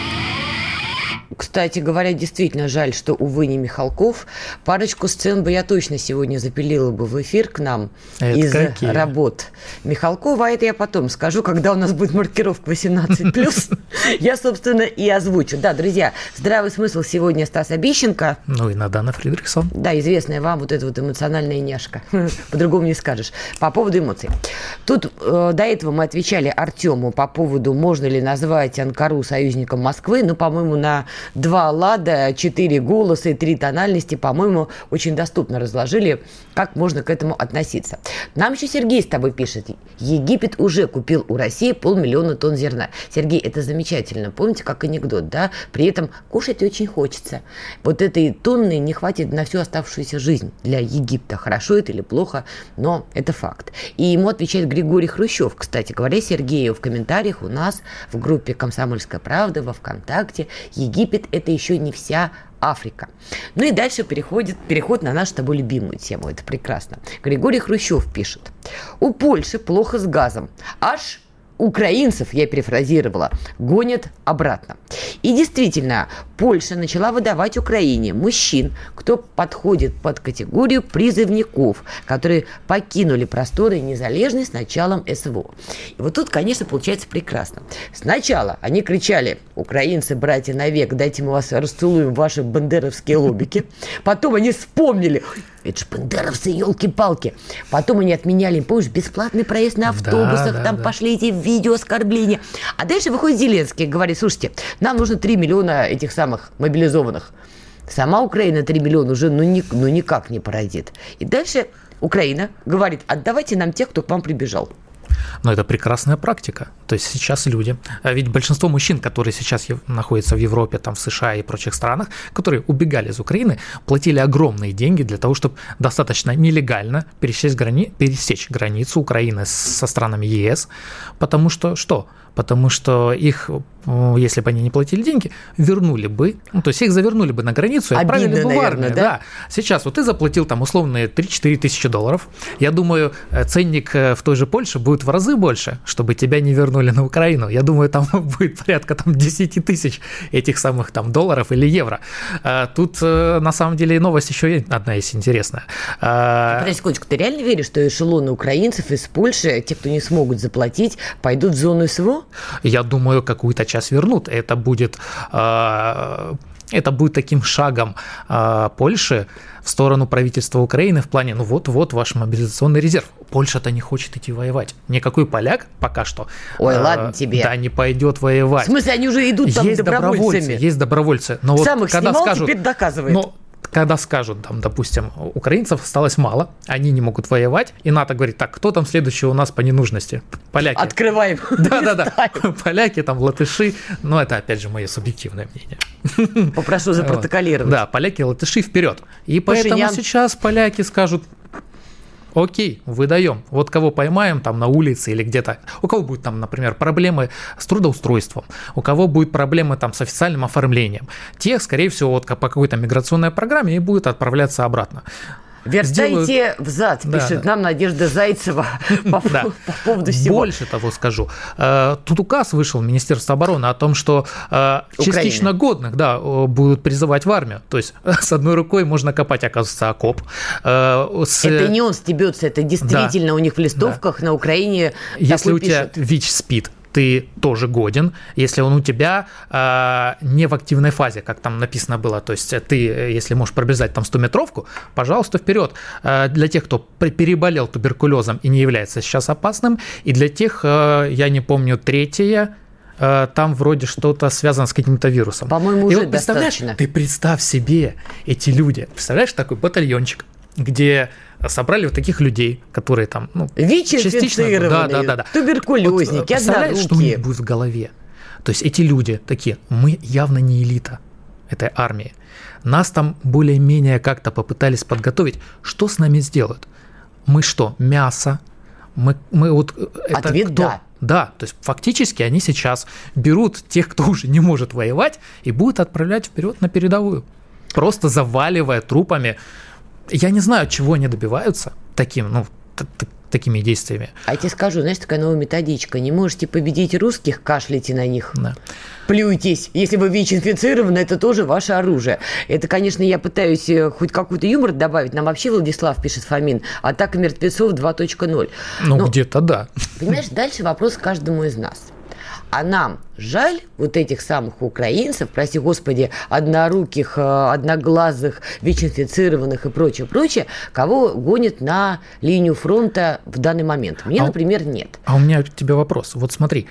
Кстати говоря, действительно жаль, что, увы, не Михалков. Парочку сцен бы я точно сегодня запилила бы в эфир к нам из работ Михалкова. А это я потом скажу, когда у нас будет маркировка 18+. Я, собственно, и озвучу. Да, друзья, здравый смысл сегодня Стас Обищенко. Ну и Мадана Фридрихсон. Да, известная вам вот эта вот эмоциональная няшка. По-другому не скажешь. По поводу эмоций. Тут до этого мы отвечали Артему по поводу, можно ли назвать Анкару союзником Москвы. Ну, по-моему, на 2 лада, 4 голоса и 3 тональности, по-моему, очень доступно разложили, как можно к этому относиться. Нам еще Сергей с тобой пишет. Египет уже купил у России 500 000 тонн зерна. Сергей, это замечательно. Помните, как анекдот, да? При этом кушать очень хочется. Вот этой тонны не хватит на всю оставшуюся жизнь для Египта. Хорошо это или плохо, но это факт. И ему отвечает Григорий Хрущев. Кстати говоря, Сергею в комментариях у нас в группе «Комсомольская правда» во ВКонтакте. Египет – это еще не вся Африка. Ну и дальше переход на нашу с тобой любимую тему. Это прекрасно. Григорий Хрущев пишет. У Польши плохо с газом. Аж украинцев, я перефразировала, гонят обратно. И действительно, Польша начала выдавать Украине мужчин, кто подходит под категорию призывников, которые покинули просторы незалежной с началом СВО. И вот тут, конечно, получается прекрасно. Сначала они кричали: украинцы, братья навек, дайте мы вас расцелуем ваши бандеровские лобики. Потом они вспомнили: это же бандеровцы, елки-палки. Потом они отменяли им, помнишь, бесплатный проезд на автобусах, там пошли эти видеооскорбления. А дальше выходит Зеленский и говорит: слушайте, нам нужно 3 миллиона этих самых мобилизованных. Сама Украина 3 миллиона уже никак не породит. И дальше Украина говорит: отдавайте нам тех, кто к вам прибежал. Но это прекрасная практика. То есть сейчас люди, ведь большинство мужчин, которые сейчас находятся в Европе, там, в США и прочих странах, которые убегали из Украины, платили огромные деньги для того, чтобы достаточно нелегально пересечь границу Украины со странами ЕС. Потому что что? Потому что их, если бы они не платили деньги, вернули бы, ну, то есть их завернули бы на границу и отправили бы в армию. Да? Сейчас вот ты заплатил там условные 3-4 тысячи долларов. Я думаю, ценник в той же Польше будет в разы больше, чтобы тебя не вернули на Украину. Я думаю, там будет порядка там 10 тысяч этих самых там долларов или евро. Тут на самом деле новость еще одна есть интересная. Подожди секундочку, ты реально веришь, что эшелоны украинцев из Польши, те, кто не смогут заплатить, пойдут в зону СВО? Я думаю, какую-то сейчас вернут. Это будет таким шагом Польши в сторону правительства Украины в плане, ну вот ваш мобилизационный резерв. Польша-то не хочет идти воевать. Никакой поляк пока что ладно тебе. Да, не пойдет воевать. В смысле, они уже идут там добровольцами? Есть добровольцы. Но вот сам их когда снимал, скажут, теперь доказывает. Когда скажут, там, допустим, украинцев осталось мало, они не могут воевать, и НАТО говорит, так, кто там следующий у нас по ненужности? Поляки. Открываем. Да. Поляки, там, латыши. Но это, опять же, мое субъективное мнение. Попрошу запротоколировать. Да, поляки, латыши вперед. И поэтому сейчас поляки скажут, окей, выдаем. Вот кого поймаем там на улице или где-то. У кого будет там, например, проблемы с трудоустройством, у кого будет проблемы там с официальным оформлением, тех, скорее всего, вот по какой-то миграционной программе и будет отправляться обратно. Верстайте взад, пишет нам Надежда Зайцева по поводу всего. Больше того скажу. Тут указ вышел Министерства обороны о том, что частично годных будут призывать в армию. То есть с одной рукой можно копать, оказывается, окоп. Это не он стебется, это действительно у них в листовках на Украине. Если у тебя ВИЧ СПИД, ты тоже годен, если он у тебя не в активной фазе, как там написано было. То есть ты, если можешь пробежать там 100-метровку, пожалуйста, вперед. Для тех, кто переболел туберкулезом и не является сейчас опасным, и для тех, я не помню, третье, там вроде что-то связано с каким-то вирусом. По-моему, уже достаточно. Ты представь себе эти люди. Представляешь, такой батальончик, где собрали вот таких людей, которые там, ВИЧ-инфицированные, туберкулезники, представляешь, что у них будет в голове? То есть эти люди такие, мы явно не элита этой армии. Нас там более-менее как-то попытались подготовить. Что с нами сделают? Мы что, мясо? Мы вот... Ответ – да. Да, то есть фактически они сейчас берут тех, кто уже не может воевать, и будут отправлять вперед на передовую, просто заваливая трупами. Я не знаю, чего они добиваются такими действиями. А я тебе скажу, знаешь, такая новая методичка. Не можете победить русских, кашляйте на них. Да. Плюйтесь. Если вы ВИЧ-инфицированы, это тоже ваше оружие. Это, конечно, я пытаюсь хоть какой-то юмор добавить. Нам вообще Владислав пишет, Фомин, атака мертвецов 2.0. Ну, где-то да. Понимаешь, дальше вопрос к каждому из нас. А нам жаль вот этих самых украинцев, прости господи, одноруких, одноглазых, ВИЧ-инфицированных и прочее, кого гонят на линию фронта в данный момент? Мне, например, нет. А у меня к тебе вопрос. Вот смотри,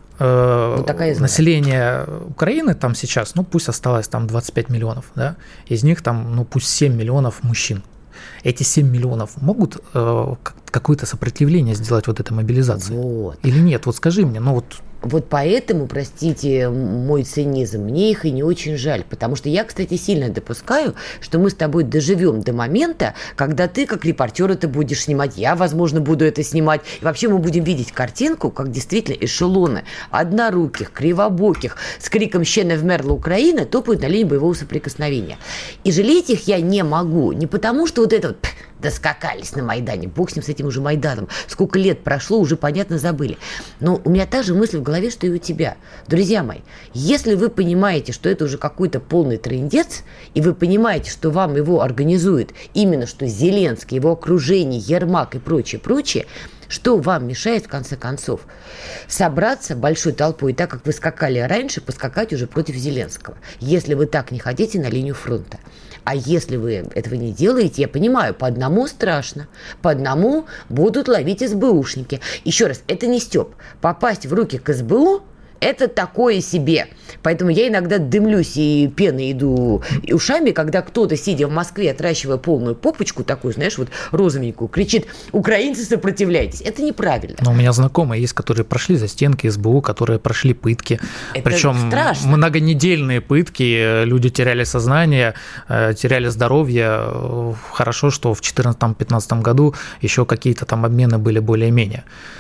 население Украины там сейчас, пусть осталось там 25 миллионов, да? Из них там, пусть 7 миллионов мужчин. Эти 7 миллионов могут какое-то сопротивление сделать вот этой мобилизации? Вот. Или нет? Вот скажи мне, Вот поэтому, простите мой цинизм, мне их и не очень жаль, потому что я, кстати, сильно допускаю, что мы с тобой доживем до момента, когда ты, как репортер, это будешь снимать, я, возможно, буду это снимать, и вообще мы будем видеть картинку, как действительно эшелоны одноруких, кривобоких, с криком «Ще не вмерла Украина» топают на линии боевого соприкосновения. И жалеть их я не могу, не потому что вот это вот доскакались на Майдане, бог с ним, с этим уже Майданом, сколько лет прошло, уже, понятно, забыли. Но у меня та же мысль в голове, что и у тебя. Друзья мои, если вы понимаете, что это уже какой-то полный трындец, и вы понимаете, что вам его организует именно что Зеленский, его окружение, Ермак и прочее, что вам мешает, в конце концов, собраться большой толпой, так как вы скакали раньше, поскакать уже против Зеленского, если вы так не хотите на линию фронта. А если вы этого не делаете, я понимаю, по одному страшно, по одному будут ловить СБУшники. Еще раз, это не стёб. Попасть в руки к СБУ – это такое себе. Поэтому я иногда дымлюсь и пеной иду ушами, когда кто-то, сидя в Москве, отращивая полную попочку, такую, знаешь, вот розовенькую, кричит: «Украинцы, сопротивляйтесь». Это неправильно. Но у меня знакомые есть, которые прошли за стенки СБУ, которые прошли пытки. Причем многонедельные пытки, люди теряли сознание, теряли здоровье. Хорошо, что в 2014-2015 году еще какие-то там обмены были более-менее.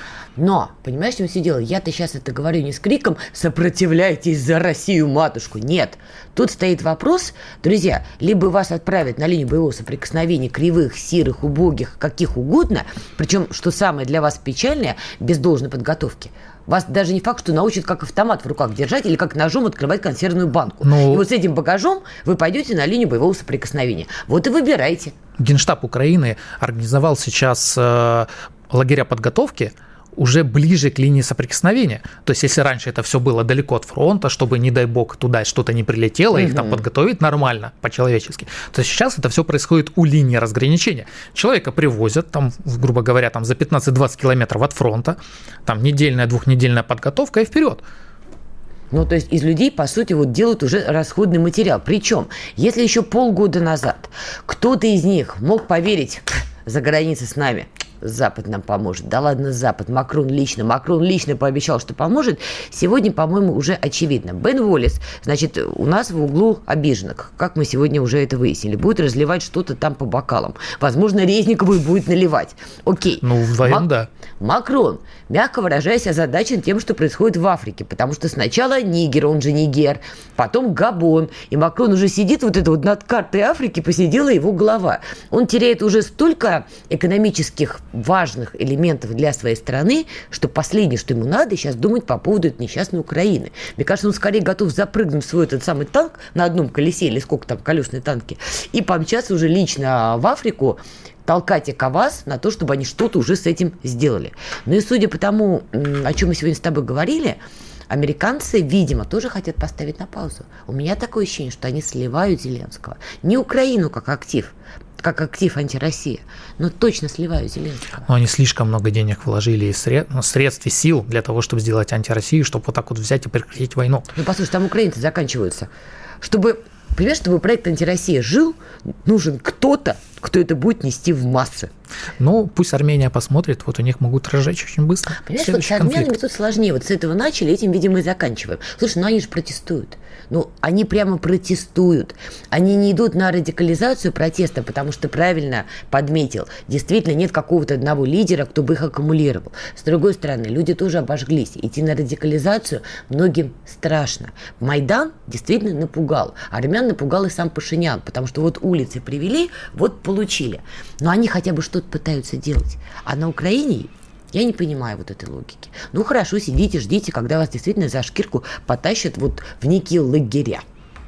Но, понимаешь, что все дело? Я-то сейчас это говорю не с криком «сопротивляйтесь за Россию, матушку». Нет. Тут стоит вопрос, друзья, либо вас отправят на линию боевого соприкосновения кривых, сирых, убогих, каких угодно, причем, что самое для вас печальное, без должной подготовки. Вас даже не факт, что научат, как автомат в руках держать или как ножом открывать консервную банку. И вот с этим багажом вы пойдете на линию боевого соприкосновения. Вот и выбирайте. Генштаб Украины организовал сейчас лагеря подготовки уже ближе к линии соприкосновения. То есть, если раньше это все было далеко от фронта, чтобы, не дай бог, туда что-то не прилетело, их там подготовить нормально, по-человечески, то сейчас это все происходит у линии разграничения. Человека привозят, там, грубо говоря, там, за 15-20 километров от фронта, там недельная, двухнедельная подготовка и вперед. Ну, то есть из людей, по сути, вот делают уже расходный материал. Причем, если еще полгода назад кто-то из них мог поверить, за границей с нами Запад нам поможет. Да ладно, Запад. Макрон лично пообещал, что поможет. Сегодня, по-моему, уже очевидно. Бен Уоллес, значит, у нас в углу обиженных, как мы сегодня уже это выяснили, будет разливать что-то там по бокалам. Возможно, Резникову и будет наливать. Окей. Ну, вдвоем, да. Макрон, мягко выражаясь, озадачен тем, что происходит в Африке. Потому что сначала Нигер, он же Нигер, потом Габон. И Макрон уже сидит вот это вот над картой Африки, посидела его голова. Он теряет уже столько экономических важных элементов для своей страны, что последнее, что ему надо, сейчас думать по поводу этой несчастной Украины. Мне кажется, он скорее готов запрыгнуть в свой этот самый танк на одном колесе, или сколько там колесные танки, и помчаться уже лично в Африку, толкать ЭКОВАС на то, чтобы они что-то уже с этим сделали. Ну и судя по тому, о чем мы сегодня с тобой говорили, американцы, видимо, тоже хотят поставить на паузу. У меня такое ощущение, что они сливают Зеленского. Не Украину как актив антироссия, но точно сливают Зеленского. Но они слишком много денег вложили, средств и сил для того, чтобы сделать антироссию, чтобы вот так вот взять и прекратить войну. Ну, послушай, там украинцы заканчиваются. Чтобы проект «Антироссия» жил, нужен кто-то, кто это будет нести в массы. Ну, пусть Армения посмотрит, вот у них могут разжечь очень быстро. Понимаешь, вот с армянами тут сложнее. Вот с этого начали, этим, видимо, и заканчиваем. Слушай, ну они же протестуют. Ну, они прямо протестуют. Они не идут на радикализацию протеста, потому что, правильно подметил, действительно нет какого-то одного лидера, кто бы их аккумулировал. С другой стороны, люди тоже обожглись. Идти на радикализацию многим страшно. Майдан действительно напугал. Армян напугал и сам Пашинян, потому что вот улицы привели, вот получили. Но они хотя бы что-то пытаются делать. А на Украине я не понимаю вот этой логики. Ну хорошо, сидите, ждите, когда вас действительно за шкирку потащат вот в некие лагеря.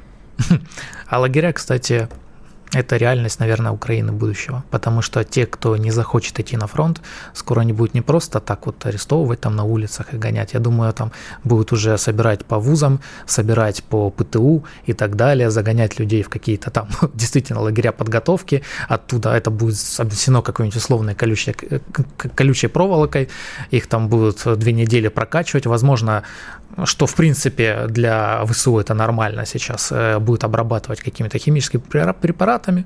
А лагеря, кстати, это реальность, наверное, Украины будущего. Потому что те, кто не захочет идти на фронт, скоро не будет не просто так вот арестовывать там на улицах и гонять. Я думаю, там будут уже собирать по вузам, собирать по ПТУ и так далее, загонять людей в какие-то там действительно лагеря подготовки. Оттуда это будет обнесено какой-нибудь условной колючей проволокой. Их там будут 2 недели прокачивать. Возможно, что в принципе для ВСУ это нормально сейчас, будет обрабатывать какими-то химическими препаратами.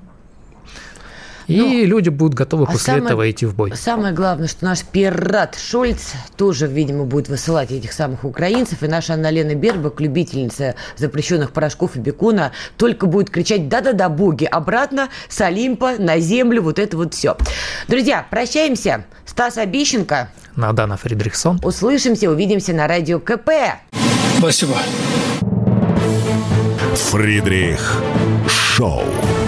И люди будут готовы после этого идти в бой. Самое главное, что наш пират Шольц тоже, видимо, будет высылать этих самых украинцев. И наша Анна-Лена Бербак, любительница запрещенных порошков и бекона, только будет кричать: да-да-да, боги, обратно с Олимпа на землю, вот это вот все. Друзья, прощаемся. Стас Обищенко. Надана Фридрихсон. Услышимся, увидимся на радио КП. Спасибо. Фридрих Шоу.